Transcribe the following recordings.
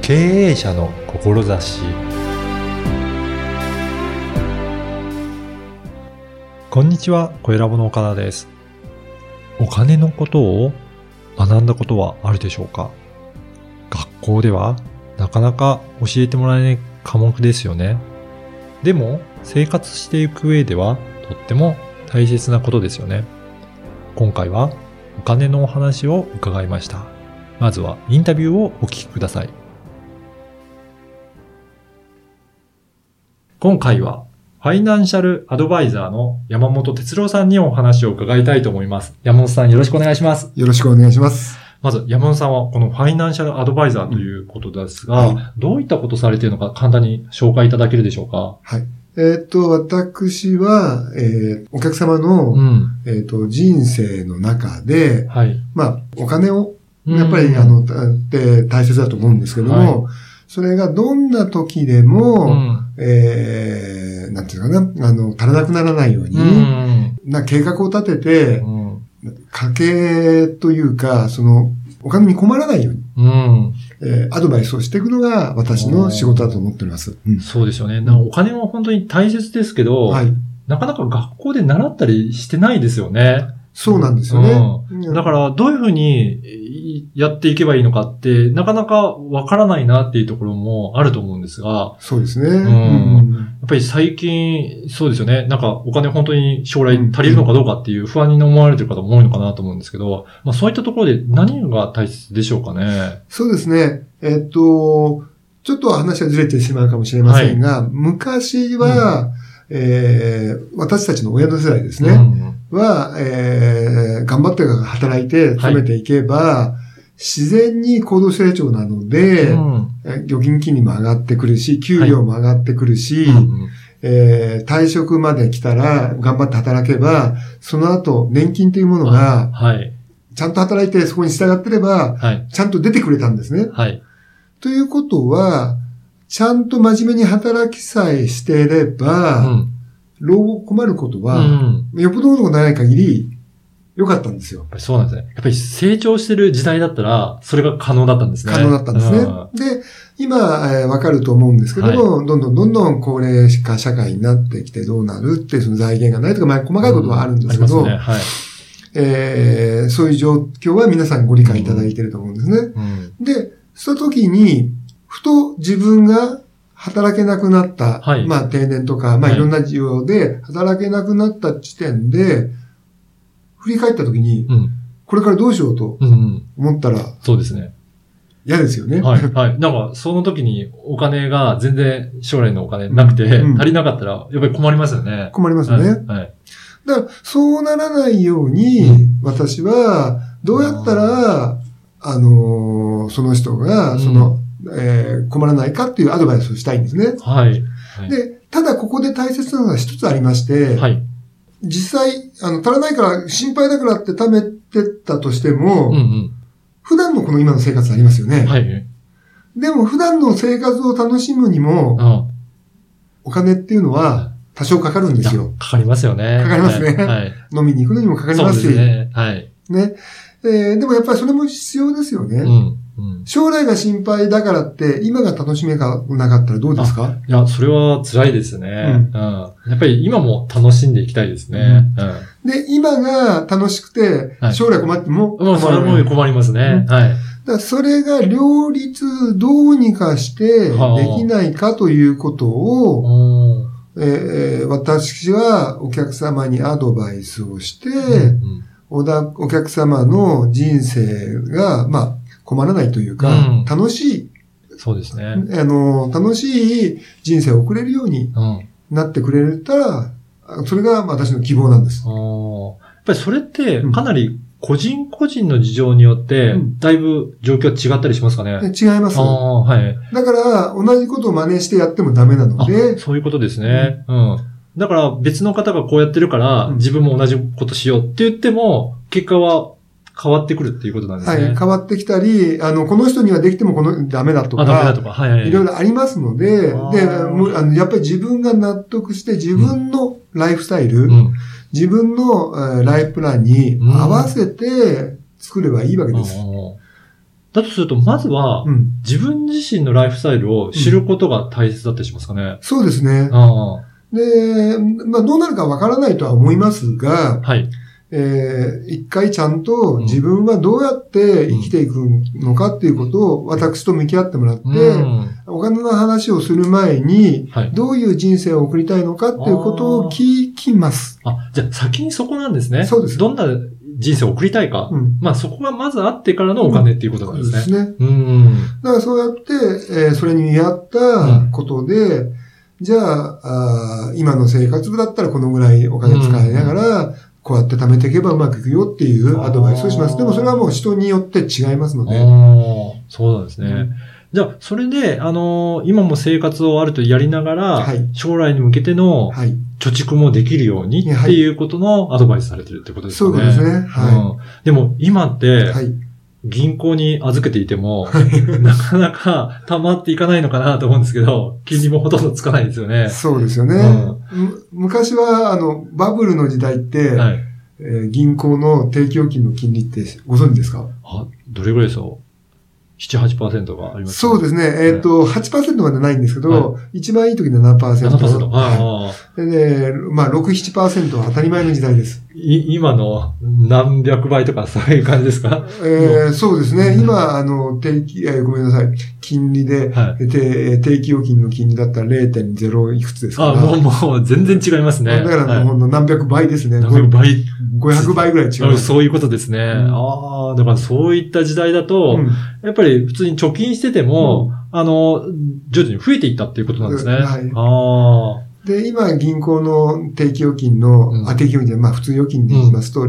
経営者の志。こんにちは、小ラボの岡田です。お金のことを学んだことはあるでしょうか？学校ではなかなか教えてもらえない科目ですよね。でも生活していく上ではとっても大切なことですよね。今回はお金のお話を伺いました。まずはインタビューをお聞きください。今回はファイナンシャルアドバイザーの山本哲郎さんにお話を伺いたいと思います。山本さん、よろしくお願いします。 よろしくお願いします。 まず山本さんはこのファイナンシャルアドバイザーということですが、どういったことされているのか簡単に紹介いただけるでしょうか？ はい。私は、お客様の、人生の中で、お金を、やっぱり、って大切だと思うんですけども、それがどんな時でも、なんていうかな、足らなくならないように、計画を立てて、家計というか、お金に困らないように、アドバイスをしていくのが私の仕事だと思っております。 そうですよね。お金は本当に大切ですけど、なかなか学校で習ったりしてないですよね。 そうなんですよね。 だからどういうふうにやっていけばいいのかってなかなかわからないなっていうところもあると思うんですが。 そうですね。 やっぱり最近そうですよね。お金本当に将来足りるのかどうかっていう不安に思われている方も多いのかなと思うんですけど、そういったところで何が大切でしょうかね。 そうですね。ちょっと話がずれてしまうかもしれませんが、昔は、私たちの親の世代ですね。は、頑張って働いて勤めていけば、自然に高度成長なので、預金金利も上がってくるし、給料も上がってくるし、退職まで来たら頑張って働けば、その後年金というものが、ちゃんと働いてそこに従ってれば、ちゃんと出てくれたんですね。ということは、ちゃんと真面目に働きさえしていれば、老後困ることは、よっぽどのことがない限り、良かったんですよ。 やっぱりそうなんですね。やっぱり成長してる時代だったら、それが可能だったんですね。 可能だったんですね。で、今、わかると思うんですけども、どんどん高齢化社会になってきてどうなるって、その財源がないとか、細かいことはあるんですけど、そういう状況は皆さんご理解いただいていると思うんですね。で、その時に、ふと自分が働けなくなった、定年とか、いろんな事情で働けなくなった時点で、振り返った時に、これからどうしようと思ったら、 そうですね。 嫌ですよね。 その時にお金が全然将来のお金なくて、足りなかったら、やっぱり困りますよね。 困りますよね。だから、そうならないように、私は、どうやったら、その人が、困らないかっていうアドバイスをしたいんですね。で、ただここで大切なのが一つありまして、実際、足らないから心配だからって貯めてったとしても、普段のこの今の生活ありますよね。でも普段の生活を楽しむにも、お金っていうのは多少かかるんですよ。 かかりますよね。 かかりますね。飲みに行くのにもかかりますし。ね。でもやっぱりそれも必要ですよね。将来が心配だからって今が楽しめなかったらどうですか？ いや、それは辛いですね。やっぱり今も楽しんでいきたいですね。 で、今が楽しくて将来困ってもそれも困りますね。 それが両立どうにかしてできないかということを、私はお客様にアドバイスをして、お客様の人生が、困らないというか、楽しい。 そうですね。 楽しい人生を送れるようになってくれたら、それが私の希望なんです。 やっぱりそれってかなり個人個人の事情によって、だいぶ状況は違ったりしますかね？ 違います。だから、同じことを真似してやってもダメなので。 そういうことですね。だから別の方がこうやってるから、自分も同じことしようって言っても、結果は変わってくるっていうことなんですね。 変わってきたり、この人にはできてもダメだとか、いろいろありますので、やっぱり自分が納得して自分のライフスタイル、自分のライフプランに合わせて作ればいいわけです。 だとすると、まずは、自分自身のライフスタイルを知ることが大切だったりしますかね。 そうですね。で、まあ、どうなるかわからないとは思いますが、 はい。 一回ちゃんと自分はどうやって生きていくのかっていうことを私と向き合ってもらって、お金の話をする前に、どういう人生を送りたいのかっていうことを聞きます。 じゃあ先にそこなんですね。 そうです。 どんな人生を送りたいか。まあそこがまずあってからのお金っていうことなんですね。 そうですね。だからそうやって、それに見合ったことで、じゃあ、今の生活だったらこのぐらいお金使いながら、こうやって貯めていけばうまくいくよっていうアドバイスをします。でもそれはもう人によって違いますので。 そうなんですね。じゃあ、それで、今も生活をあるとやりながら、将来に向けての貯蓄もできるようにっていうことのアドバイスされてるってことですね。 そうですね。 でも、今って、銀行に預けていても、なかなか溜まっていかないのかなと思うんですけど、金利もほとんどつかないですよね。 そうですよね。昔は、バブルの時代って、銀行の定期預金の金利ってご存知ですか？ どれぐらいそう7、8% がありますそうですね。8% までないんですけど、一番いい時で 7%。で、まあ、6、7% は当たり前の時代です。 今の何百倍とかそういう感じですか？ そうですね。今、ごめんなさい。金利で、定期預金の金利だったら 0.0 いくつですか？ もう全然違いますね。 だから、何百倍ですね。 何百倍。 500倍ぐらい違う。 そういうことですね。だからそういった時代だと、やっぱり普通に貯金してても、徐々に増えていったっていうことなんですね。で、今、銀行の定期預金の、定期預金で、まあ普通預金で言いますと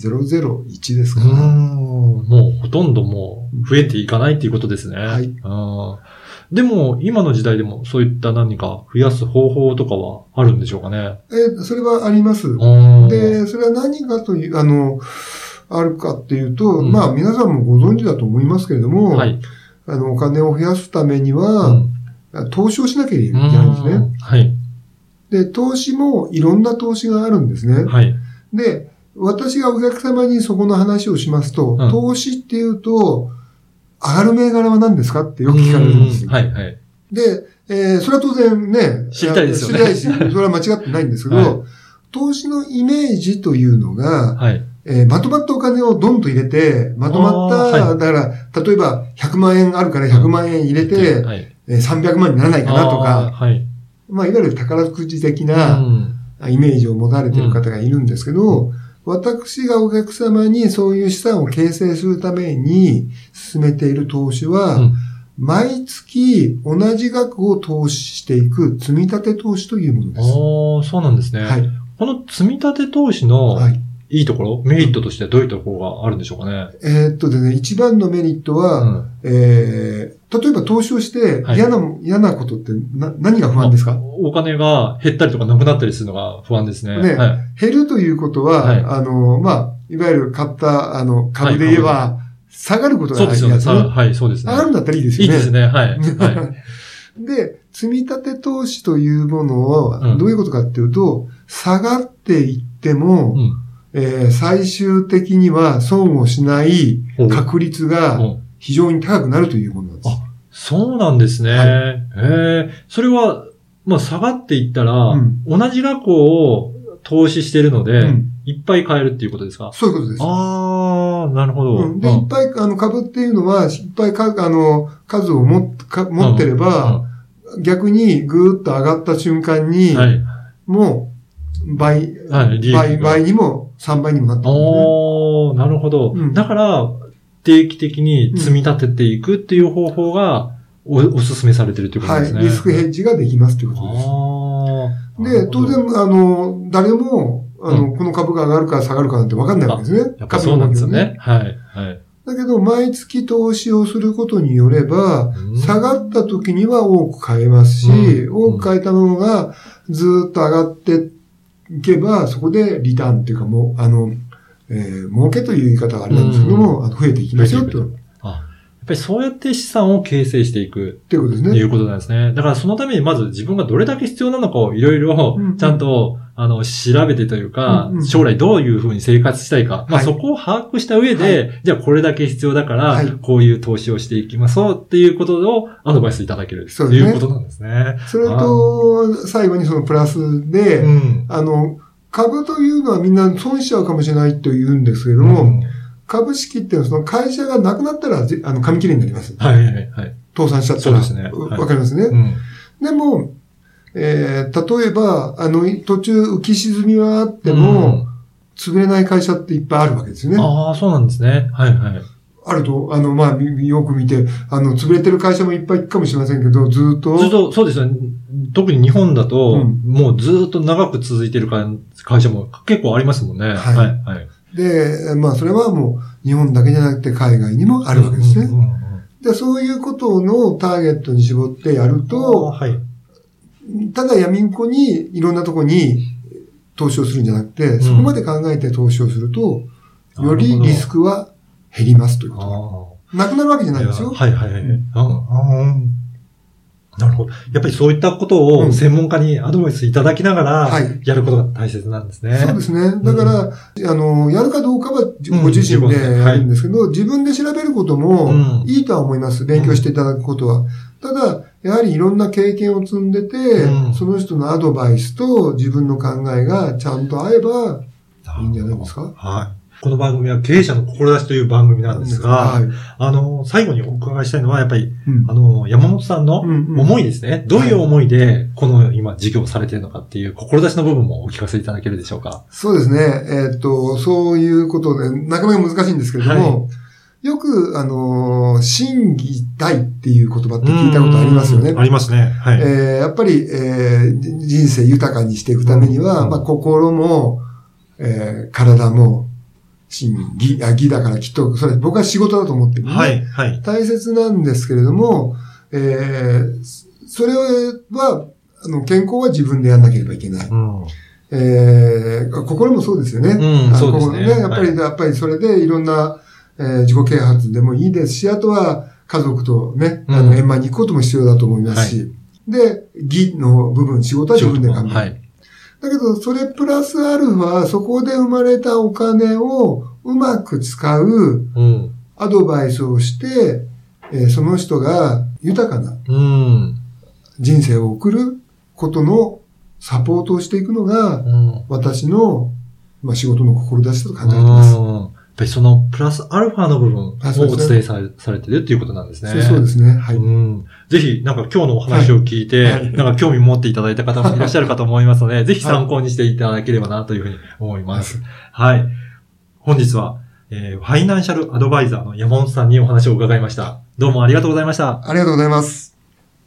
0.001 ですから。 もうほとんどもう増えていかないっていうことですね。でも、今の時代でもそういった何か増やす方法とかはあるんでしょうかね。 それはあります。で、それは何かという、あるかっていうと、まあ皆さんもご存知だと思いますけれども、お金を増やすためには、投資をしなきゃいけないんですね。で、投資もいろんな投資があるんですね。で、私がお客様にそこの話をしますと、投資っていうと、上がる銘柄は何ですかってよく聞かれるんですよ。で、それは当然ね、 知りたいですよね。 知りたいし、それは間違ってないんですけど、投資のイメージというのが、まとまったお金をドンと入れて、まとまった、だから、例えば100万円あるから100万円入れて、300万にならないかなとか、まあ、いわゆる宝くじ的なイメージを持たれている方がいるんですけど、私がお客様にそういう資産を形成するために進めている投資は、毎月同じ額を投資していく積み立て投資というものです。 そうなんですね。この積み立て投資のいいところ、メリットとしてはどういったところがあるんでしょうかね。 ですね、一番のメリットは、例えば投資をして嫌なことって何が不安ですか？ お金が減ったりとかなくなったりするのが不安ですね。 減るということは、まあ、いわゆる買った、株で言えば、下がることがないやつね。 そうですね。 上がるんだったらいいですよね。 いいですね、 で、積み立て投資というものは、どういうことかっていうと、下がっていっても、最終的には損をしない確率が非常に高くなるというものなんです。 そうなんですね。それは、まあ、下がっていったら、同じ額を投資しているので、いっぱい買えるっていうことですか？ そういうことです。 なるほど。 で、いっぱい、株っていうのは、いっぱい数を持ってれば、逆にぐーっと上がった瞬間に、もう、倍にも3倍にもなってくるんですね。 なるほど。だから、定期的に積み立てていくっていう方法がお勧めされてるということですね。 リスクヘッジができますということです。で、当然、誰も、この株が上がるか下がるかなんて分かんないわけですね。 やっぱそうなんですよね。 だけど、毎月投資をすることによれば、下がった時には多く買えますし、多く買えたものがずっと上がっていけば、そこでリターンっていうかもう、儲けという言い方があれなんですけども、増えていきますよと。 やっぱりそうやって資産を形成していく。 っていうことですね。 いうことなんですね。だからそのためにまず自分がどれだけ必要なのかをいろいろちゃんと調べてというか、 うんうん、 将来どういうふうに生活したいか、まあ、そこを把握した上で、じゃあこれだけ必要だから、こういう投資をしていきましょうっていうことをアドバイスいただけるということなんですね。 それと、最後にそのプラスで、株というのはみんな損しちゃうかもしれないと言うんですけれども、株式っていうのはその会社がなくなったら、紙切れになります。 はいはいはい。 倒産しちゃったら。 そうですね。 わかりますね。でも、例えば、途中浮き沈みはあっても、潰れない会社っていっぱいあるわけですよね。 ああ、そうなんですね。はいはい。 あると、まあ、よく見て、潰れてる会社もいっぱいいくかもしれませんけど、ずっと、 そうですね。特に日本だと、もうずっと長く続いてる会社も結構ありますもんね。はい。はい。 で、まあ、それはもう、日本だけじゃなくて海外にもあるわけですね。で、そういうことのターゲットに絞ってやると、はい。ただ闇雲にいろんなとこに投資をするんじゃなくて、そこまで考えて投資をすると、よりリスクは減りますということ。なくなるわけじゃないんですよ。 はいはいはい。なるほど。やっぱりそういったことを専門家にアドバイスいただきながら、やることが大切なんですね。 そうですね。だから、やるかどうかはご自身でやるんですけど、自分で調べることもいいとは思います。勉強していただくことは。ただ、やはりいろんな経験を積んでて、その人のアドバイスと自分の考えがちゃんと合えばいいんじゃないですか。 はい。この番組は経営者の志という番組なんですが、最後にお伺いしたいのは、やっぱり、山本さんの思いですね。どういう思いで、この今事業をされているのかっていう志の部分もお聞かせいただけるでしょうか。 そうですね。そういうことで、なかなか難しいんですけれども、よく、心技体っていう言葉って聞いたことありますよね。 ありますね。はい。 やっぱり、人生豊かにしていくためには、まあ、心も、体も、技だからきっと、それ僕は仕事だと思ってる、ね。はい、はい。大切なんですけれども、それは、健康は自分でやんなければいけない。心もそうですよね。そうですね。やっぱりそれでいろんな、自己啓発でもいいですし、あとは家族とね、円満に行くことも必要だと思いますし、で、技の部分、仕事は自分で考える。はい。だけど、それプラスアルファ、そこで生まれたお金をうまく使う、アドバイスをして、その人が豊かな人生を送ることのサポートをしていくのが、私の、仕事の志と考えています。 やっぱりそのプラスアルファの部分をお伝えされてるっていうことなんですね。 そうですね。はい。 ぜひ、なんか今日のお話を聞いて、なんか興味持っていただいた方もいらっしゃるかと思いますので、ぜひ参考にしていただければなというふうに思います。はい。本日は、ファイナンシャルアドバイザーの山本さんにお話を伺いました。どうもありがとうございました。 ありがとうございます。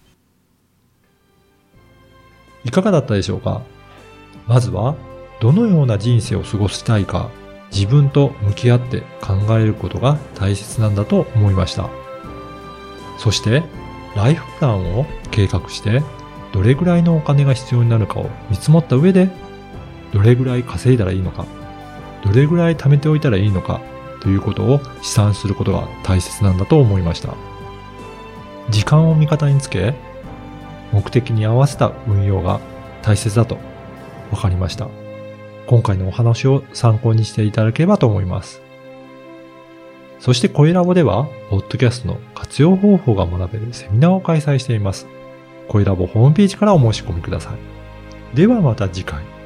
いかがだったでしょうか？まずは、どのような人生を過ごしたいか、自分と向き合って考えることが大切なんだと思いました。そして、ライフプランを計画して、どれぐらいのお金が必要になるかを見積もった上で、どれぐらい稼いだらいいのか、どれぐらい貯めておいたらいいのかということを試算することが大切なんだと思いました。時間を味方につけ、目的に合わせた運用が大切だと分かりました。今回のお話を参考にしていただければと思います。そして声ラボでは、ポッドキャストの活用方法が学べるセミナーを開催しています。声ラボホームページからお申し込みください。ではまた次回。